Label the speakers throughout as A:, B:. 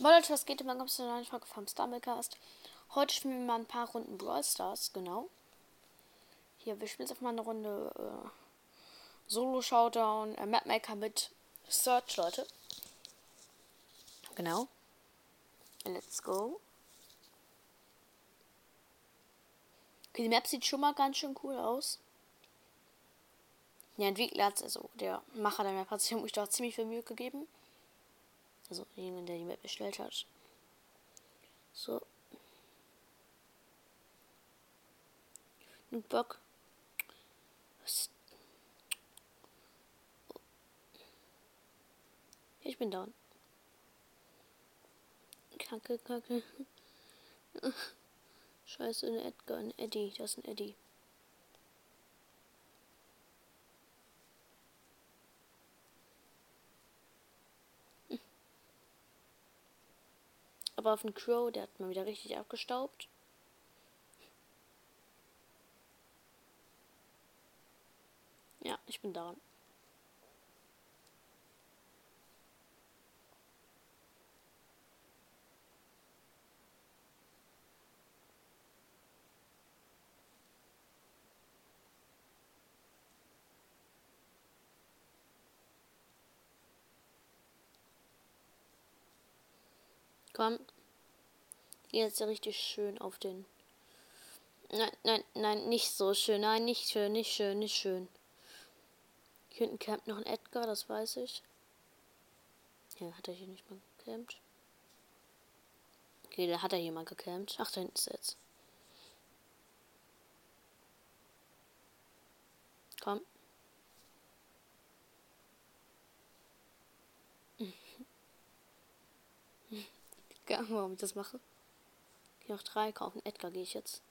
A: Leute, was geht? Dann kommst du eine neue Folge vom Stumblecast. Heute spielen wir mal ein paar Runden Brawl Stars, genau. Hier, wir spielen jetzt auf mal eine Runde Solo-Showdown, Mapmaker mit Search, Leute. Genau. Let's go. Okay, die Map sieht schon mal ganz schön cool aus. Der Entwickler hat also der Macher der Map hat sich doch ziemlich viel Mühe gegeben. Also derjenige, der die Map erstellt hat. So. Ein Bock. Ich bin down. Kacke. Scheiße, ein Edgar, ein Eddie. Das ist ein Eddie. Aber auf den Crow, der hat mal wieder richtig abgestaubt. Ja, ich bin down. Komm. Jetzt ja richtig schön auf den. Nein, nicht so schön. Nein, nicht schön. Hier hinten campt noch ein Edgar, das weiß ich. Ja, hat er hier nicht mal gecampt? Okay, da hat er hier mal gecampt. Ach, da hinten ist er jetzt. Komm. Ja, warum ich das mache? Hier noch 3 kaufen. Edgar gehe ich jetzt.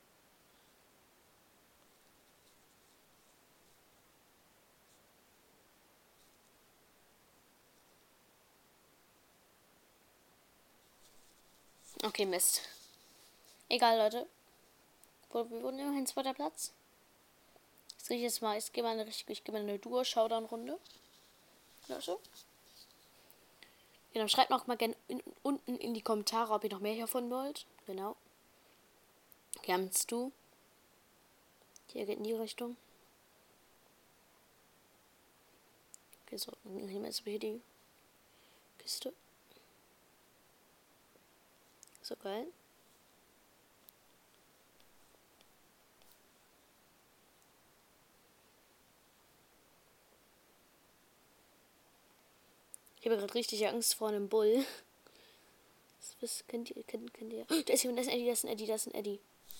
A: Okay, Mist. Egal, Leute. Wir wurden immerhin 2. Platz. Jetzt gehe ich jetzt mal, ich gehe mal eine Duo-Showdown-Runde. Leute. Genau, schreibt noch mal gerne unten in die Kommentare, ob ihr noch mehr hiervon wollt. Genau. Kannst du? Hier geht in die Richtung. Okay, so, dann nehmen wir jetzt hier die Kiste. So geil. Ich habe gerade richtig Angst vor einem Bull. Kennt ihr? Da ist jemand, das ist ein Eddie.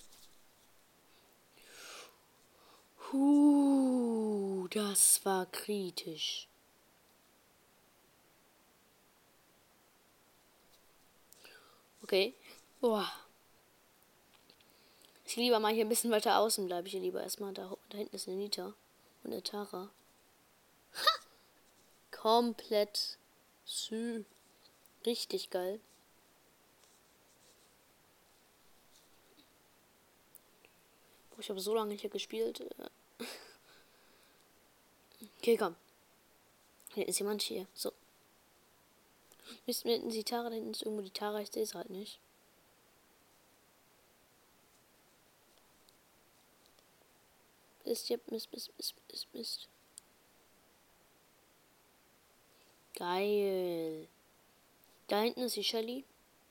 A: Das war kritisch. Okay. Boah. Ich lieber mal hier ein bisschen weiter außen bleibe ich hier lieber erstmal. Da hinten ist eine Nita und eine Tara. Ha! Komplett richtig geil. Boah, ich habe so lange hier gespielt. Okay, komm. Hier ist jemand hier. So. Müssten wir hinten die Tara, da hinten ist irgendwo die Tara, ich sehe es halt nicht. Mist. Geil. Da hinten ist die Shelly.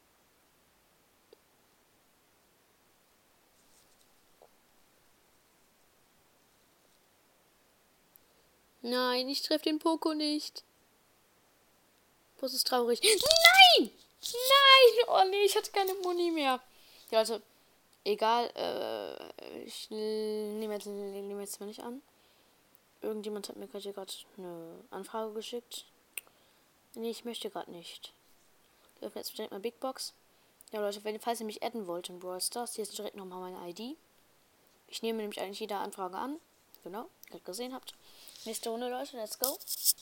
A: Nein, ich treffe den Poco nicht. Das ist traurig. Nein! Nein! Oh nee, ich hatte keine Muni mehr. Ja, also, egal. Ich nehme jetzt mal nicht an. Irgendjemand hat mir gerade eine Anfrage geschickt. Nee, ich möchte gerade nicht. Wir öffnen jetzt direkt mal Big Box. Ja, Leute, falls ihr mich adden wollt in Brawl Stars, hier ist direkt nochmal meine ID. Ich nehme nämlich eigentlich jede Anfrage an. Genau, wie ihr gesehen habt. Nächste Runde, Leute, let's go.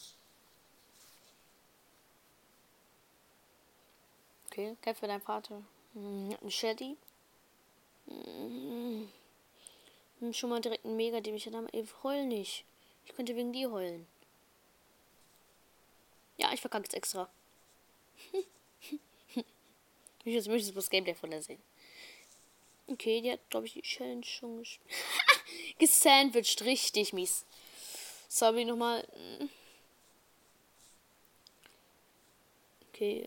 A: Okay, kämpf für deinen Vater. Ein Shelly. Schon mal direkt ein Mega, dem ich dann heul nicht. Ich könnte wegen dir heulen. Ja, ich verkacke jetzt extra. Ich möchte das Gameplay von der sehen. Okay, die hat, glaube ich, die Challenge schon gespielt. Gesandwiched, richtig mies. Sorry nochmal. Okay,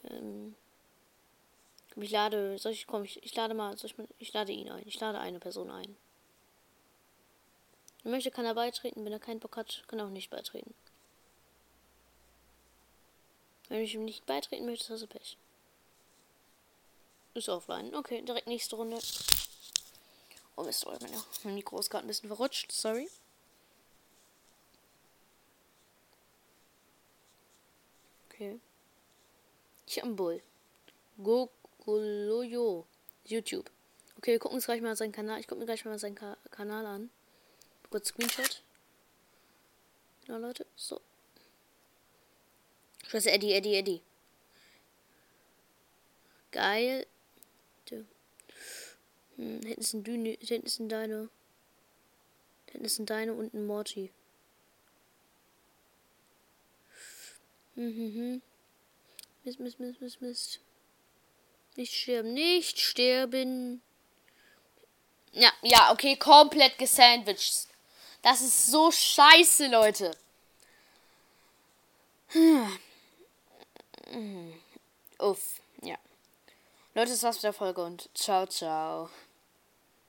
A: ich lade, ich lade mal, ich lade ihn ein. Ich lade eine Person ein. Wenn er möchte, kann er beitreten. Wenn er keinen Bock hat, kann er auch nicht beitreten. Wenn ich ihm nicht beitreten möchte, hast du Pech. Ist offline. Okay, direkt nächste Runde. Oh Mist, mein Mikro ist gerade ein bisschen verrutscht. Sorry. Okay. Ich am Bull. Gokoloyo. YouTube. Okay, wir gucken uns gleich mal seinen Kanal. Ich gucke mir gleich mal seinen Kanal an. Kurz Screenshot. Ja, Leute. So. Schwester Eddie. Geil. Hinten ist ein Düne. Hinten ist ein Deine. Hinten ist ein Deine und ein Morty. Mist. Nicht sterben. Ja, okay, komplett gesandwiched. Das ist so scheiße, Leute. Uff, ja. Leute, das war's mit der Folge und ciao.